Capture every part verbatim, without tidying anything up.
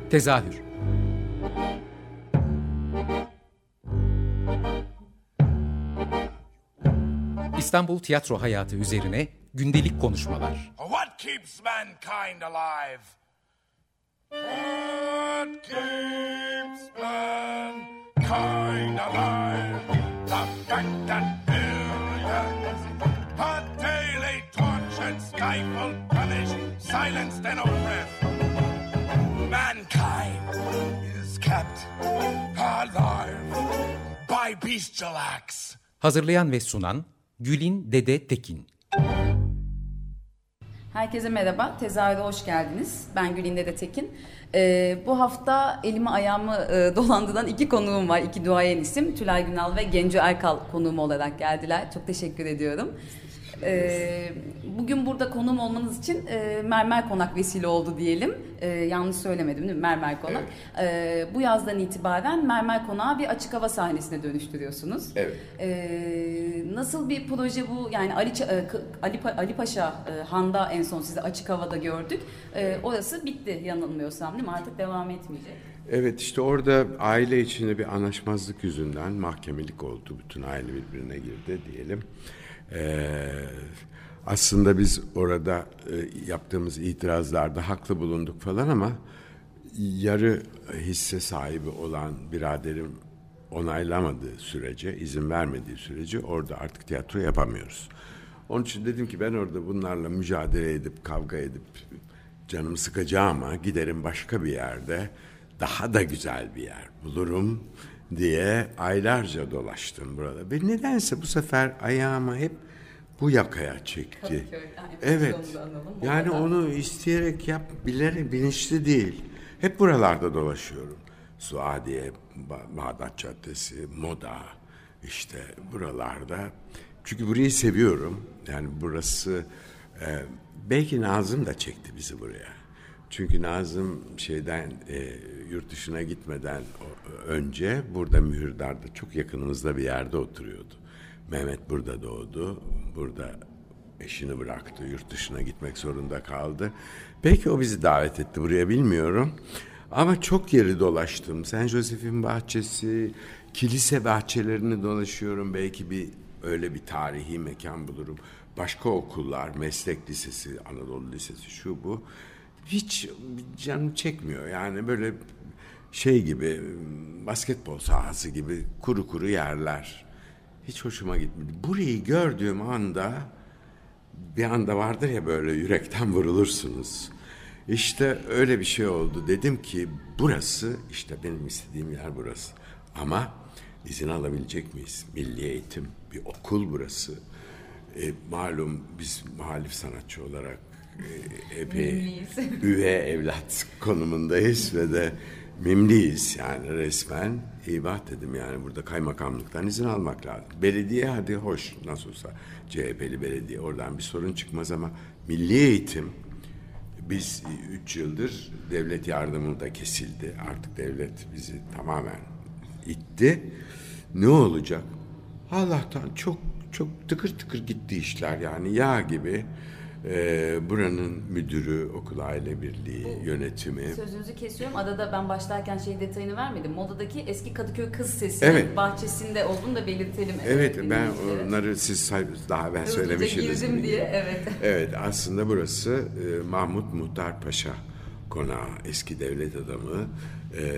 Tezahür. İstanbul tiyatro hayatı üzerine gündelik konuşmalar. What keeps mankind alive? What keeps mankind alive? The fact that billions are daily tortured, stifled, punished, silenced and oppressed. Mankind is kept alive by bestial acts. Hazırlayan ve sunan Gülin Dede Tekin. Herkese merhaba, Tezahür'e hoş geldiniz. Ben Gülin Dede Tekin. Ee, bu hafta elimi ayağımı e, dolandıran iki konuğum var, iki duayen isim. Tülay Günal ve Genco Erkal konuğum olarak geldiler. Çok teşekkür ediyorum. Ee, bugün burada konuğum olmanız için e, Mermer Konak vesile oldu diyelim. E, yanlış söylemedim değil mi? Mermer Konak. Evet. E, bu yazdan itibaren Mermer Konak'ı bir açık hava sahnesine dönüştürüyorsunuz. Evet. E, nasıl bir proje bu? Yani Ali, Ali, Ali Paşa e, Han'da en son sizi açık havada gördük. E, orası bitti yanılmıyorsam değil mi? Artık devam etmeyecek. Evet, işte orada aile içinde bir anlaşmazlık yüzünden mahkemelik oldu. Bütün aile birbirine girdi diyelim. Ee, aslında biz orada e, yaptığımız itirazlarda haklı bulunduk falan ama yarı hisse sahibi olan biraderim onaylamadığı sürece, izin vermediği sürece orada artık tiyatro yapamıyoruz. Onun için dedim ki ben orada bunlarla mücadele edip kavga edip canımı sıkacağıma giderim başka bir yerde daha da güzel bir yer bulurum diye aylarca dolaştım burada. Ve nedense bu sefer ayağımı hep bu yakaya çekti. Kadıköy, yani evet. Yani onu isteyerek yap, bilerek, bilinçli değil. Hep buralarda dolaşıyorum. Suadiye, Bağdat Caddesi, Moda, işte buralarda. Çünkü burayı seviyorum. Yani burası, e, belki Nazım da çekti bizi buraya. Çünkü Nazım şeyden e, yurt dışına gitmeden önce burada Mühürdar'da çok yakınımızda bir yerde oturuyordu. Mehmet burada doğdu, burada eşini bıraktı, yurt dışına gitmek zorunda kaldı. Belki o bizi davet etti buraya, bilmiyorum. Ama çok yeri dolaştım. Saint Joseph'in bahçesi, kilise bahçelerini dolaşıyorum. Belki bir öyle bir tarihi mekan bulurum. Başka okullar, meslek lisesi, Anadolu Lisesi, şu bu. Hiç canım çekmiyor. Yani böyle şey gibi, basketbol sahası gibi kuru kuru yerler. Hiç hoşuma gitmedi. Burayı gördüğüm anda, bir anda vardır ya böyle yürekten vurulursunuz. İşte öyle bir şey oldu. Dedim ki burası, işte benim istediğim yer burası. Ama izin alabilecek miyiz? Milli eğitim, bir okul burası. E, malum biz muhalif sanatçı olarak e, epey üve evlat konumundayız ve de mimliyiz yani resmen. İbat dedim yani burada kaymakamlıktan izin almak lazım. Belediye hadi hoş, nasıl olsa C H P'li belediye, oradan bir sorun çıkmaz ama milli eğitim, biz üç yıldır devlet yardımı da kesildi. Artık devlet bizi tamamen itti. Ne olacak? Allah'tan çok çok tıkır tıkır gitti işler yani yağ gibi. Ee, buranın müdürü, okul aile birliği, bu, yönetimi. Sözünüzü kesiyorum. Adada ben başlarken şey detayını vermedim. Moda'daki eski Kadıköy Kız Sesi evet. bahçesinde olduğunu da belirtelim. Evet, evet ben onları siz daha ben söylemişsiniz. Girdim diye, evet. Evet, aslında burası e, Mahmut Muhtar Paşa Konağı, eski devlet adamı. E,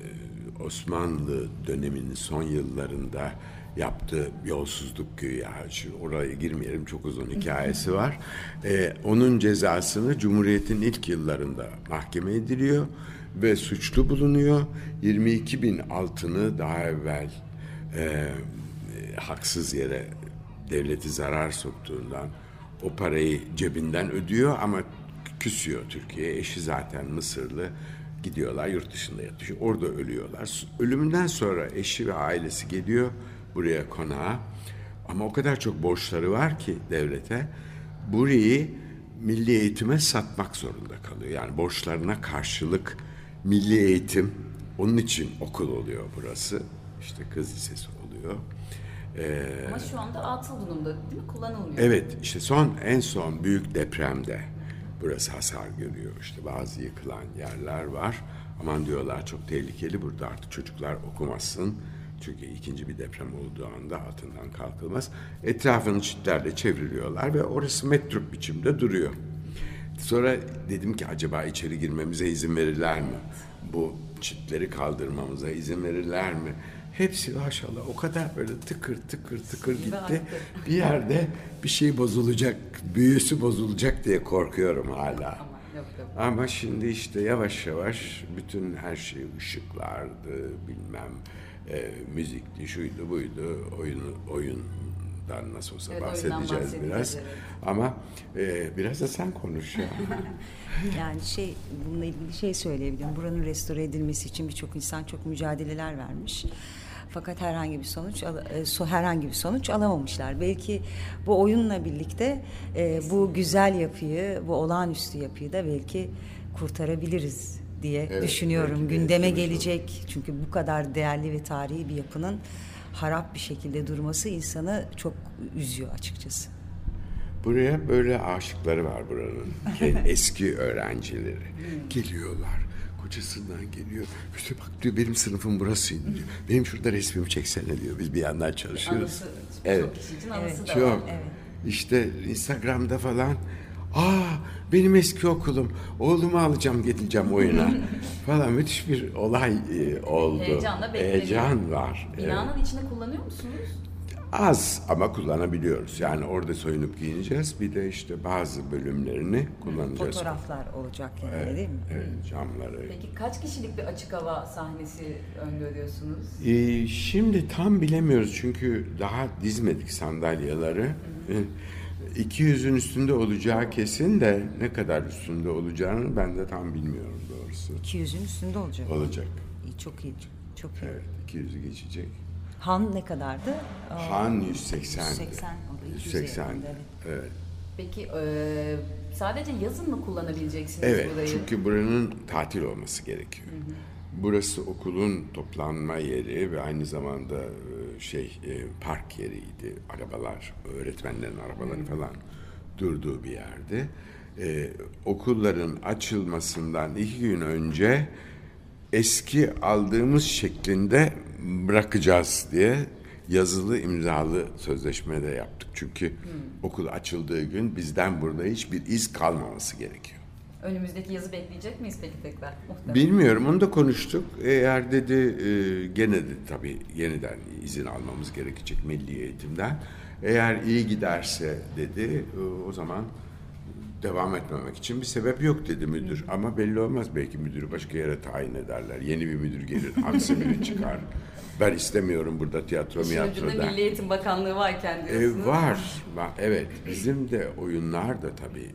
Osmanlı döneminin son yıllarında yaptığı yolsuzluk güya. Şimdi oraya girmeyelim, çok uzun hikayesi var. Ee, onun cezasını Cumhuriyet'in ilk yıllarında mahkeme ediliyor ve suçlu bulunuyor. yirmi iki bin altını daha evvel e, e, haksız yere devleti zarar soktuğundan o parayı cebinden ödüyor ama küsüyor Türkiye'ye. Eşi zaten Mısırlı. Gidiyorlar, yurt dışında yatıyor. Orada ölüyorlar. Ölümünden sonra eşi ve ailesi geliyor buraya, konağa. Ama o kadar çok borçları var ki devlete, burayı milli eğitime satmak zorunda kalıyor. Yani borçlarına karşılık milli eğitim, onun için okul oluyor burası. İşte kız lisesi oluyor. Ee, Ama şu anda atıl durumda değil mi? Kullanılmıyor. Evet, işte son en son büyük depremde burası hasar görüyor. İşte bazı yıkılan yerler var. Aman diyorlar çok tehlikeli, burada artık çocuklar okumasın. Çünkü ikinci bir deprem olduğu anda altından kalkılmaz. Etrafını çitlerle çevriliyorlar ve orası metruk biçimde duruyor. Sonra dedim ki acaba içeri girmemize izin verirler mi? Bu çitleri kaldırmamıza izin verirler mi? Hepsi maşallah o kadar böyle tıkır tıkır tıkır gitti. Bir yerde bir şey bozulacak, büyüsü bozulacak diye korkuyorum hala. Ama şimdi işte yavaş yavaş bütün her şey ışıklardı, bilmem e, müzikti, şuydu buydu, oyunu, oyundan nasıl olsa evet, bahsedeceğiz biraz. Evet. Ama e, biraz da sen konuş ya. Yani şey, bununla ilgili şey söyleyebilirim. Buranın restore edilmesi için birçok insan çok mücadeleler vermiş. Fakat herhangi bir sonuç herhangi bir sonuç alamamışlar. Belki bu oyunla birlikte e, bu güzel yapıyı, bu olağanüstü yapıyı da belki kurtarabiliriz diye evet, düşünüyorum. Gündeme gelecek. Çünkü bu kadar değerli ve tarihi bir yapının harap bir şekilde durması insanı çok üzüyor açıkçası. Buraya böyle aşıkları var buranın. Eski öğrencileri. Geliyorlar. Kocasından geliyor. İşte bak diyor benim sınıfım burasıydı diyor. Benim şurada resmimi çeksene diyor. Biz bir yandan çalışıyoruz. Anısı, evet. Çok kişi için anısı evet. da çok. var. Evet. İşte Instagram'da falan aa benim eski okulum. Oğlumu alacağım geleceğim oyuna. falan müthiş bir olay e, oldu. Heyecanla bekleniyor. Heyecan var. Binanın evet. içinde kullanıyor musunuz? Az ama kullanabiliyoruz. Yani orada soyunup giyineceğiz. Bir de işte bazı bölümlerini kullanacağız. Fotoğraflar olacak yani evet, değil mi? Evet, camları. Peki kaç kişilik bir açık hava sahnesi öngörüyorsunuz? Ee, şimdi tam bilemiyoruz çünkü daha dizmedik sandalyeleri. iki yüzün üstünde olacağı kesin de ne kadar üstünde olacağını ben de tam bilmiyorum doğrusu. iki yüzün üstünde olacak. Olacak. İyi, çok iyi. Çok iyi. Evet, iki yüzü geçecek. Han ne kadardı? Han yüz seksen. yüz seksen. O da yüz seksen. Evet. evet. Peki e, sadece yazın mı kullanabileceksiniz evet, burayı? Evet, çünkü buranın tatil olması gerekiyor. Hı hı. Burası okulun toplanma yeri ve aynı zamanda şey park yeriydi. Arabalar, öğretmenlerin arabaları hı hı. falan durduğu bir yerde. Ee, okulların açılmasından iki gün önce eski aldığımız şeklinde bırakacağız diye yazılı imzalı sözleşme de yaptık. Çünkü hmm. okul açıldığı gün bizden burada hiçbir iz kalmaması gerekiyor. Önümüzdeki yazı bekleyecek miyiz peki tekrar? Muhtemelen. Bilmiyorum, onu da konuştuk. Eğer dedi e, gene de tabii yeniden izin almamız gerekecek milli eğitimden. Eğer iyi giderse dedi e, o zaman devam etmemek için bir sebep yok dedi müdür. Hı. Ama belli olmaz, belki müdürü başka yere tayin ederler. Yeni bir müdür gelir, aksi biri çıkar. Ben istemiyorum burada tiyatro miyatroda. Şimdi Milli Eğitim Bakanlığı varken diyorsunuz. E, var, var. Evet. Bizim de oyunlar da tabii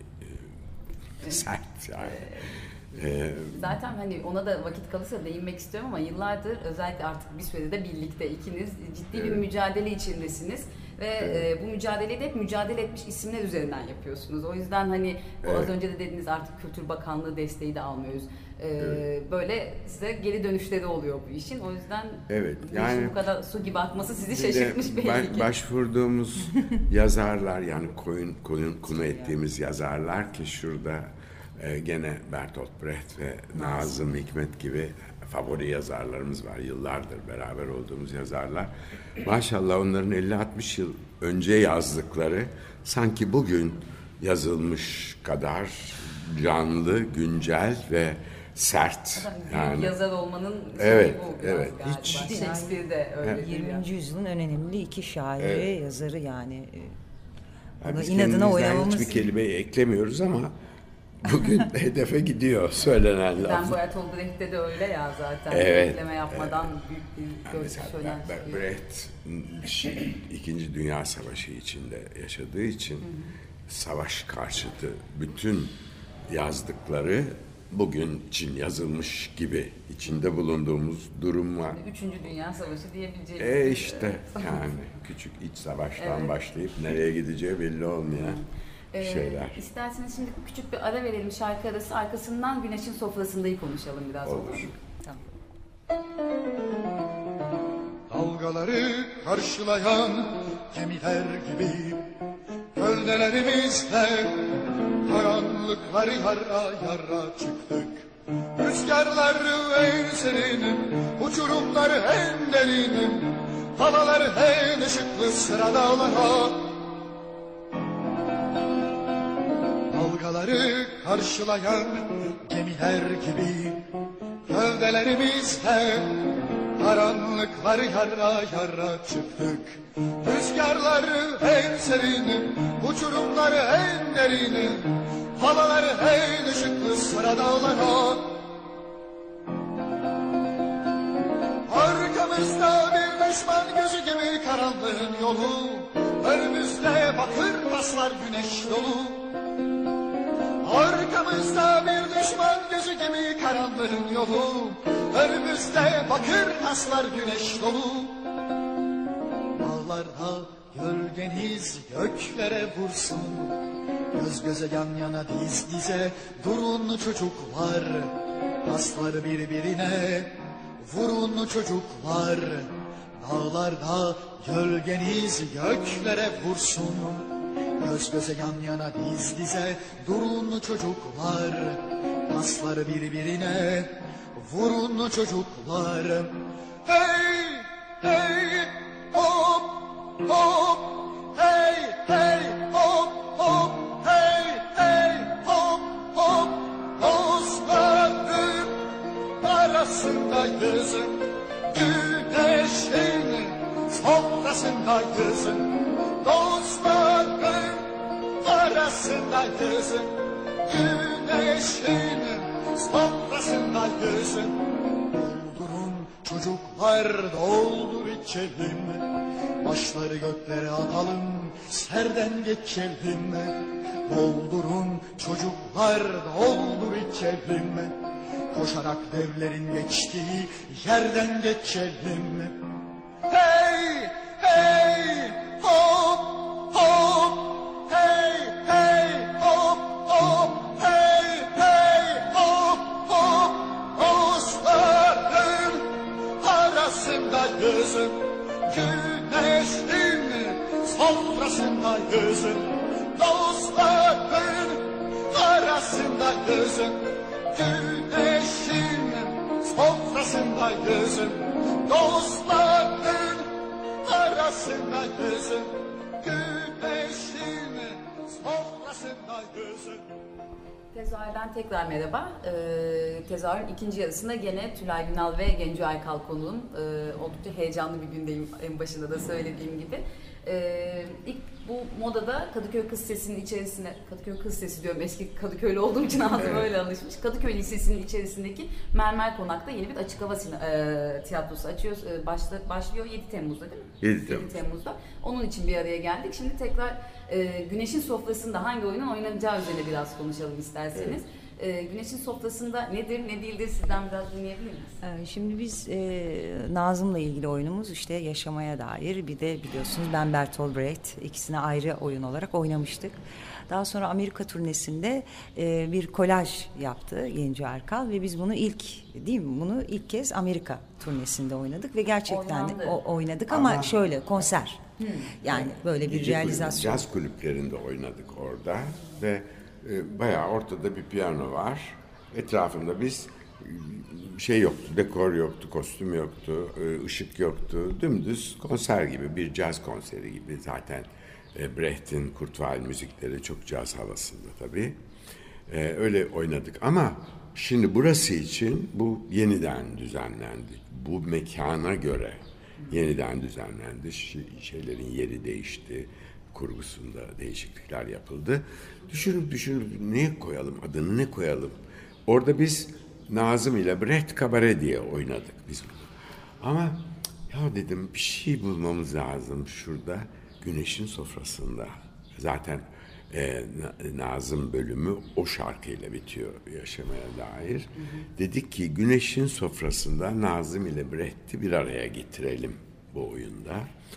e, sert yani. Ee, Zaten hani ona da vakit kalırsa değinmek istiyorum ama yıllardır özellikle artık bir sürede de birlikte ikiniz ciddi evet. bir mücadele içindesiniz. Ve evet. e, bu mücadeleyi de hep mücadele etmiş isimler üzerinden yapıyorsunuz. O yüzden hani evet. az önce de dediniz artık Kültür Bakanlığı desteği de almıyoruz. E, evet. Böyle size geri dönüşleri oluyor bu işin. O yüzden evet. bu yani, işin bu kadar su gibi akması sizi şaşırtmış belki baş, ki. Başvurduğumuz yazarlar yani koyun, koyun konu ettiğimiz yazarlar ki şurada e, gene Bertolt Brecht ve Nazım Hikmet gibi favori yazarlarımız var. Yıllardır beraber olduğumuz yazarlar. Maşallah onların elli altmış yıl önce yazdıkları sanki bugün yazılmış kadar canlı, güncel ve sert. Yani yazar olmanın evet, bu evet. galiba. Hiç, Shakespeare de öyle. yirminci yüzyılın en önemli iki şairi, evet. yazarı yani. yani biz inadına oynamamız. Hiçbir kelimeyi eklemiyoruz ama bugün hedefe gidiyor söylenen laf. Ben Bertolt Brecht'te de öyle ya zaten. Evet. Ekleme yapmadan evet. büyük bir görsel söylen çıkıyor. Brecht şey, İkinci Dünya Savaşı içinde yaşadığı için hı hı. savaş karşıtı bütün yazdıkları bugün için yazılmış gibi içinde bulunduğumuz durum var. Üçüncü Dünya Savaşı diyebileceğimiz. E işte yani küçük iç savaştan evet. başlayıp nereye gideceği belli olmayan Ee, şeyler. İsterseniz şimdi küçük bir ara verelim, şarkı arası. Arkasından Güneşin Sofrasında'yı konuşalım biraz. Olur. olur. Tamam. Dalgaları karşılayan gemiler gibi gövdelerimizle karanlıkları yara yara çıktık Rüzgarlar en serinim, uçurumlar en derinim, havalar en ışıklı sıra dağlara. Dalgaları karşılayan gemiler gibi gövdelerimizle karanlıklar yara yara çıktık. Rüzgarlar en serinim, uçurumlar en derinim, havalar en ışıklı sıra dağlara. Arkamızda bir düşman gözü gibi karanlığın yolu, önümüzde bakır paslar güneş dolu. Arkamızda bir düşman gözü gibi karanlığın yolu, önümüzde bakır paslar güneş dolu. Dağlarda gölgeniz göklere vursun, göz göze yan yana diz dize durun çocuklar. Paslar birbirine vurun çocuklar. Dağlarda gölgeniz göklere vursun, göz göze yan yana diz dize durun çocuklar. Paslar birbirine vurun çocuklar. Hey hey hop hop, hey hey hop hop, hey hey hop hop. Dostların arasındayız, güneşin sofrasındayız. Dostların arasındayız, güneşin sofrasındayız. Doldurun çocuklar, doldur içelim, başları göklere atalım, serden geçelim. Doldurun çocuklar, doldur içelim, koşarak devlerin geçtiği yerden geçelim. Hey hey hop hop, hey hey hop hop, hey hey hop hop. Dostların arasındayız, güneşin sofrasındayız. Dostların arasındayız, güneşin sofrasındayız. Dostların arasındayız, güneşin sofrasındayız. Tezahürden tekrar merhaba. Ee, tezahürün ikinci yarısında gene Tülay Günal ve Genco Aykal konuğum. Ee, oldukça heyecanlı bir gündeyim, en başında da söylediğim gibi. Ee, ilk bu modada Kadıköy Kız Lisesi'nin içerisine, Kadıköy Kız Lisesi diyorum, eski Kadıköy'lü olduğum için ağzım öyle alışmış. Kadıköy Lisesi'nin içerisindeki Mermer Konak'ta yeni bir açık hava e, tiyatrosu açıyoruz. E, başla, başlıyor yedi Temmuz'da değil mi? yedi Temmuz. yedi Temmuz'da. Onun için bir araya geldik. Şimdi tekrar e, Güneşin Sofrası'nda hangi oyunun oynanacağı üzerine biraz konuşalım isterseniz. Evet. E, Güneşin Sofrası'nda nedir, ne değildir, sizden biraz dinleyebilir miyiz? Ee, Şimdi biz e, Nazım'la ilgili oyunumuz işte yaşamaya dair, bir de biliyorsunuz ben Bertolt Brecht, ikisine ayrı oyun olarak oynamıştık. Daha sonra Amerika turnesinde e, bir kolaj yaptı Genco Erkal ve biz bunu ilk, değil mi? Bunu ilk kez Amerika turnesinde oynadık ve gerçekten de o, oynadık ama, ama şöyle konser. Hmm. Yani böyle bir realizasyon. Caz kulüplerinde oynadık orada ve e, bayağı ortada bir piyano var. Etrafında biz şey yoktu, dekor yoktu, kostüm yoktu, ışık yoktu. Dümdüz konser gibi, bir caz konseri gibi. Zaten Brecht'in Kurtweil müzikleri çok caz havasında tabii. Öyle oynadık ama şimdi burası için bu yeniden düzenlendi. Bu mekana göre yeniden düzenlendi. Şeylerin yeri değişti. Kurgusunda değişiklikler yapıldı. Düşünüp düşünüp ne koyalım, adını ne koyalım? Orada biz Nazım ile Brecht Kabare diye oynadık biz bunu. Ama ya dedim bir şey bulmamız lazım şurada, Güneşin Sofrasında. Zaten e, Nazım bölümü o şarkıyla bitiyor, yaşamaya dair. Hı hı. Dedik ki Güneşin Sofrasında Nazım ile Brecht'i bir araya getirelim bu oyunda.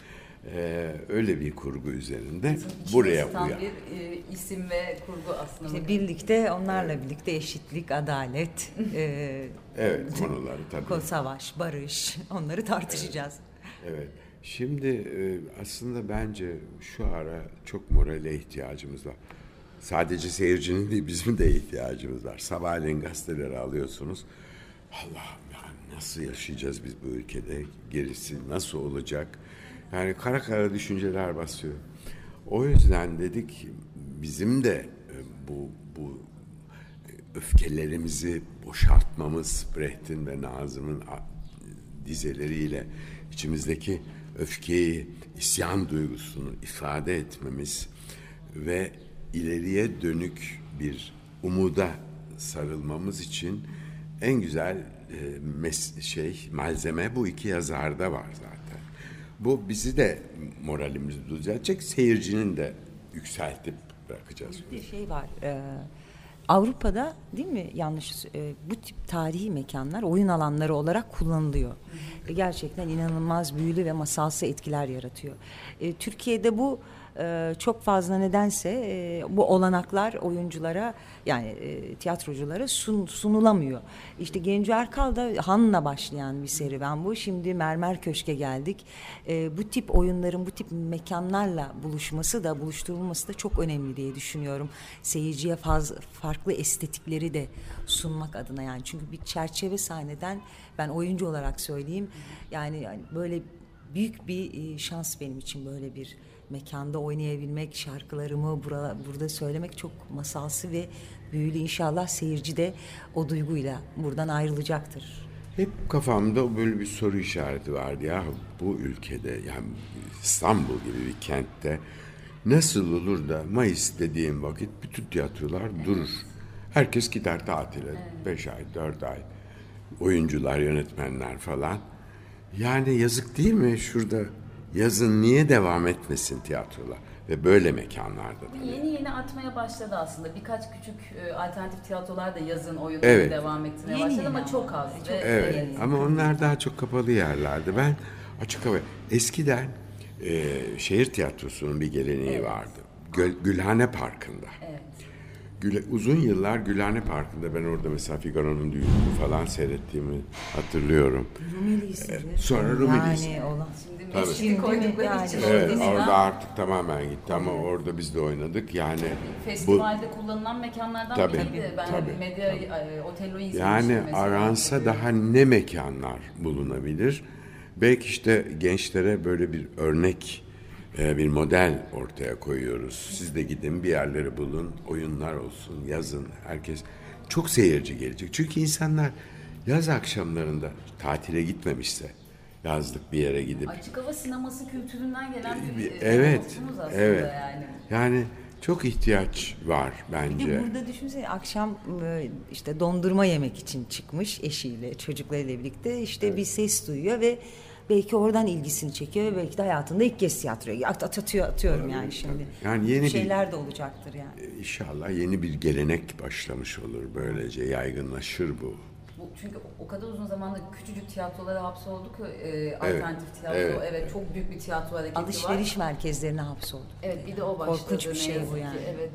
Ee, öyle bir kurgu üzerinde İçin buraya uyan. bir e, isim ve kurgu aslında. İşte birlikte onlarla evet. birlikte eşitlik, adalet, e, evet konuları tabii. Savaş, barış, onları tartışacağız. Evet. evet. Şimdi e, aslında bence şu ara çok morale ihtiyacımız var. sadece seyircinin değil bizim de ihtiyacımız var. Sabahleyin gazeteleri alıyorsunuz. Allah'ım yani nasıl yaşayacağız biz bu ülkede? Gerisi nasıl olacak? Yani kara kara düşünceler basıyor. O yüzden dedik bizim de bu bu öfkelerimizi boşaltmamız, Brecht'in ve Nazım'ın dizeleriyle içimizdeki öfkeyi, isyan duygusunu ifade etmemiz ve ileriye dönük bir umuda sarılmamız için en güzel e, mes- şey malzeme bu iki yazarda var zaten. Bu bizi de moralimizi düzeltecek, seyircinin de yükseltip bırakacağız. Bir şey var. E, Avrupa'da değil mi yanlış e, bu tip tarihi mekanlar oyun alanları olarak kullanılıyor. E, gerçekten inanılmaz büyülü ve masalsı etkiler yaratıyor. E, Türkiye'de bu e, çok fazla nedense e, bu olanaklar oyunculara yani e, tiyatroculara sun, sunulamıyor. İşte Genco Erkal'da Han'la başlayan bir serüven bu. Şimdi Mermer Köşk'e geldik. E, bu tip oyunların bu tip mekanlarla buluşması da buluşturulması da çok önemli diye düşünüyorum. Seyirciye faz, farklı estetikleri de sunmak adına yani. Çünkü bir çerçeve sahneden ben oyuncu olarak söyleyeyim yani, yani böyle büyük bir şans benim için böyle bir mekanda oynayabilmek, şarkılarımı burada, burada söylemek çok masalsı ve büyülü. İnşallah seyirci de o duyguyla buradan ayrılacaktır. Hep kafamda böyle bir soru işareti vardı ya bu ülkede yani İstanbul gibi bir kentte nasıl olur da Mayıs dediğim vakit bütün tiyatrolar durur. Herkes gider tatile. Beş ay, dört ay. Oyuncular, yönetmenler falan. Yani yazık değil mi şurada yazın niye devam etmesin tiyatrolar? Ve böyle mekanlarda tabii. Yeni yeni artmaya başladı aslında. Birkaç küçük e, alternatif tiyatrolar da yazın oyunları Evet. devam etmeye Yeni başladı yeni ama ama. çok az. Çok- ve Evet yeni. ama onlar daha çok kapalı yerlerde. Ben açık hava eskiden e, şehir tiyatrosunun bir geleneği vardı. Göl, Gülhane Parkı'nda. Evet. Güle, uzun yıllar Gülhane Parkı'nda ben orada mesela Figaro'nun düğününü falan seyrettiğimi hatırlıyorum. Rumeli'sidir. sonra Rumeli'si. Yani olan. Şimdi Tabii. meşrini koydukları Yani. için Evet orada orada artık tamamen gitti ama orada biz de oynadık. Yani bu festivalde kullanılan mekanlardan Tabii, biriydi. Ben tabii, medya e, Otello'yu izlemiştim yani mesela. aransa daha ne mekanlar bulunabilir? Belki işte gençlere böyle bir örnek, e, bir model ortaya koyuyoruz. Siz de gidin bir yerleri bulun, oyunlar olsun, yazın. Herkes çok seyirci gelecek. Çünkü insanlar yaz akşamlarında tatile gitmemişse yazlık bir yere gidip Açık hava sineması kültüründen gelen bir, Bir- e, evet, toplumuz aslında evet. yani. Yani çok ihtiyaç var Bir bence. de burada düşünsene akşam e, işte dondurma yemek için çıkmış eşiyle çocuklarıyla birlikte işte bir ses duyuyor ve belki oradan ilgisini çekiyor ve belki de hayatında ilk kez tiyatroya at, at atıyor atıyorum yani şimdi. Yani yeni bir- şeyler de olacaktır yani. İnşallah yeni bir gelenek başlamış olur. Böylece yaygınlaşır bu. Bu, çünkü o kadar uzun zamandır küçücük tiyatrolara hapsolduk ki e, alternatif tiyatro. evet, Evet, çok büyük bir tiyatro hareketi Alışveriş var. merkezlerine hapsoldu. Evet, bir de o başladı. Korkunç bir ne şey yazık bu ki. yani. Evet.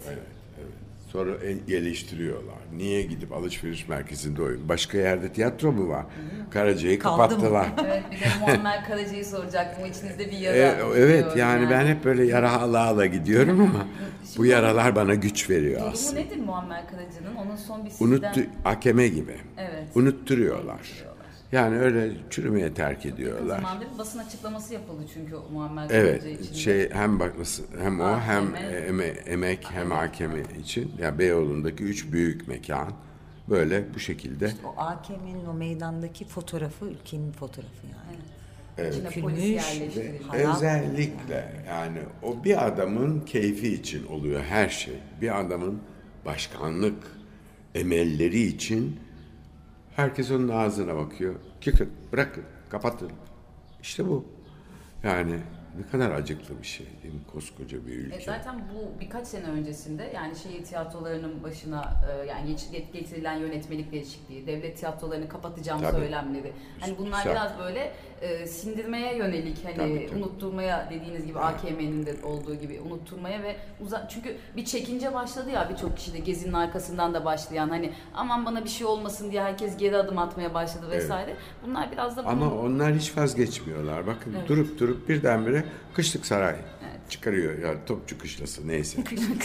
Sonra el- geliştiriyorlar. Niye gidip alışveriş merkezinde oyun? Başka yerde tiyatro mu var? Karaca'yı Kaldı mı? kapattılar. Evet, bir de Muammer Karaca'yı soracaktım. O içinizde bir yara. E, evet tutuyor yani ben hep böyle yara ala ala gidiyorum ama bu yaralar bana güç veriyor Durumu aslında. nedir Muammer Karaca'nın? Onun son bir sizden... Unuttu, akeme gibi. Evet. Unutturuyorlar. Unutturuyorlar. Yani öyle çürümeye terk Yakın ediyorlar. zamanda bir basın açıklaması yapıldı çünkü Muammer Karaca Evet, için. de. şey hem bakması hem o A K M, hem eme, emek hem hakemi için ya yani Beyoğlu'ndaki üç büyük mekan böyle bu şekilde O A K M'nin o meydandaki fotoğrafı ülkenin fotoğrafı yani. İçine polis Dökülmüş yerleştirildi. Harap. özellikle yani o bir adamın keyfi için oluyor her şey. Bir adamın başkanlık emelleri için herkes onun ağzına bakıyor. Çıkın, bırakın, kapatın. İşte bu. Yani ne kadar acıklı bir şey değil mi? Koskoca bir ülke. E zaten bu birkaç sene öncesinde yani şehir tiyatrolarının başına e, yani geç- getirilen yönetmelik değişikliği, devlet tiyatrolarını kapatacağım Tabii. söylemleri. Hani bunlar Güzel. biraz böyle e, sindirmeye yönelik hani Tabii, tabii. unutturmaya dediğiniz gibi A K M'nin de olduğu gibi unutturmaya ve uza- çünkü bir çekince başladı ya birçok kişi de Gezi'nin arkasından da başlayan hani aman bana bir şey olmasın diye herkes geri adım atmaya başladı vesaire. Bunlar biraz da bunun... Ama onlar hiç vazgeçmiyorlar. Bakın Evet. durup durup birdenbire Kışlık Saray. Evet. çıkarıyor. Yani topçu kışlası neyse.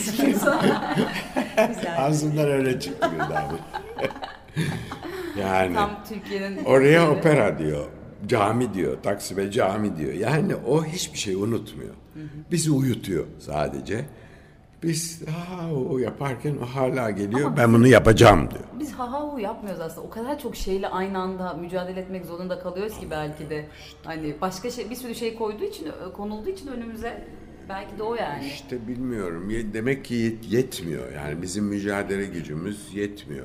Güzel. Ağzımdan öyle çıktı birden. Yani Tam Türkiye'nin... oraya opera diyor. Cami diyor. Taksim'e cami diyor. Yani o hiçbir şey unutmuyor. Bizi uyutuyor sadece. Biz ha o yaparken o hala geliyor. Ama ben bunu yapacağım diyor. Biz ha ha hu yapmıyoruz aslında. O kadar çok şeyle aynı anda mücadele etmek zorunda kalıyoruz ki belki de. Hani başka şey, bir sürü şey koyduğu için, konulduğu için önümüze belki de o yani. İşte bilmiyorum. Ye- Demek ki yet- yetmiyor. Yani bizim mücadele gücümüz yetmiyor.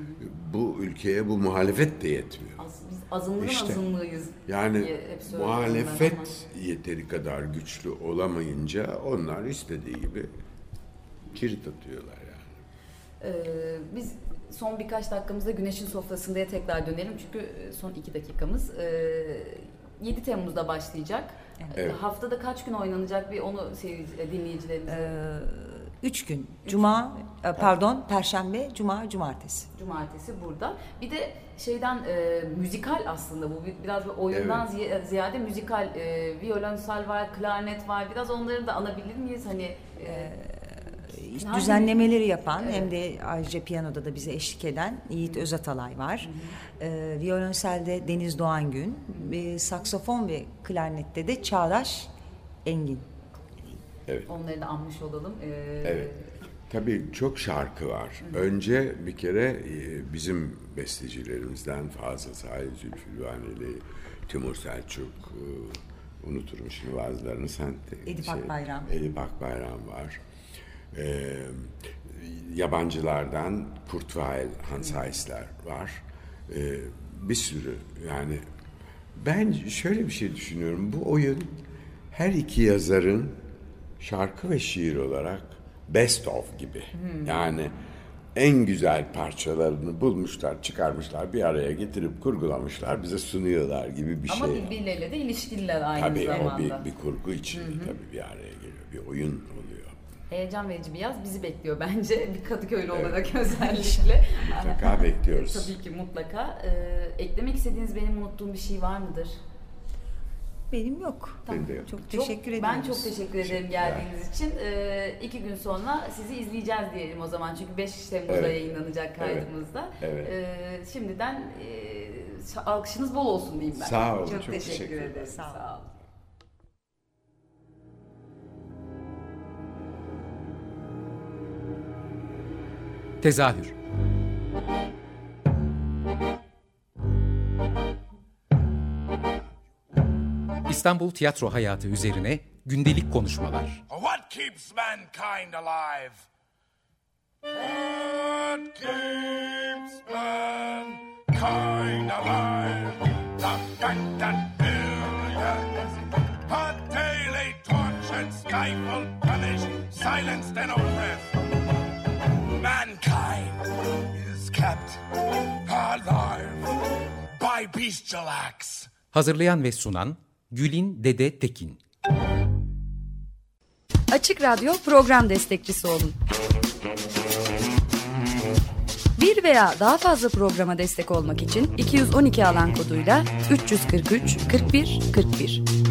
Bu ülkeye bu muhalefet de yetmiyor. Az, biz azınlığın İşte, azınlığıyız. Yani diye hep söylüyorum ben ama. muhalefet yeteri kadar güçlü olamayınca onlar istediği gibi kilit atıyorlar yani. Ee, biz son birkaç dakikamızda Güneşin Sofrası'ndaya tekrar dönelim çünkü son iki dakikamız. Ee, yedi Temmuz'da başlayacak. Evet. Haftada kaç gün oynanacak bir onu seyirci, dinleyicilerimize. Ee, üç gün. Cuma, e, pardon, Perşembe, Cuma, Cumartesi. Cumartesi burada. Bir de şeyden e, müzikal aslında bu biraz bir oyundan Evet. ziy- ziyade müzikal, e, violonsel var, klarnet var. Biraz onları da anabilir miyiz? Hani e, İşte Hangi- düzenlemeleri yapan Evet. hem de ayrıca piyanoda da bize eşlik eden Yiğit Özatalay var. Ee, Violonselde Deniz Doğangün, e, saksofon ve klarnette de Çağdaş Engin. onları da anmış olalım. E, Evet. Tabii çok şarkı var. Önce bir kere e, bizim bestecilerimizden Fazıl Say, Zülfü Livaneli, Timur Selçuk, e, unuturum şimdi bazılarını sen de, Edip Akbayram. Edip Akbayram var. E, yabancılardan Kurt Weill, Hans Eisler var. E, bir sürü yani ben şöyle bir şey düşünüyorum. Bu oyun her iki yazarın şarkı ve şiir olarak best of gibi. Yani en güzel parçalarını bulmuşlar, çıkarmışlar, bir araya getirip kurgulamışlar, bize sunuyorlar gibi bir Ama şey. birbirleriyle de ilişkililer aynı Tabii zamanda. o bir, bir kurgu içinde tabii bir araya geliyor. Bir oyun oluyor. Heyecan verici bir yaz bizi bekliyor bence bir Kadıköylü olarak özellikle. Mutlaka bekliyoruz. Tabii ki mutlaka. Ee, eklemek istediğiniz benim unuttuğum bir şey var mıdır? Benim yok. Benim de yok. Çok Çok- teşekkür ederim. Ben çok teşekkür ederim geldiğiniz için. Ee, iki gün sonra sizi izleyeceğiz diyelim o zaman. Çünkü beş Temmuz'da Evet. yayınlanacak kaydımızda. Evet. Ee, şimdiden e, alkışınız bol olsun diyeyim ben. Sağ olun, Çok, çok teşekkür, teşekkür ederim. ederim. Sağ olun. Sağ olun. Tezahür. İstanbul tiyatro hayatı üzerine gündelik konuşmalar. What keeps mankind alive? What keeps mankind alive? The fact that billions are daily tortured, stifled, punished, silenced, and oppressed. Mankind is kept alive by bestial acts. Hazırlayan ve sunan Gülin Dede Tekin. Açık Radyo program destekçisi olun. Bir veya daha fazla programa destek olmak için iki yüz on iki alan koduyla üç yüz kırk üç kırk bir kırk bir.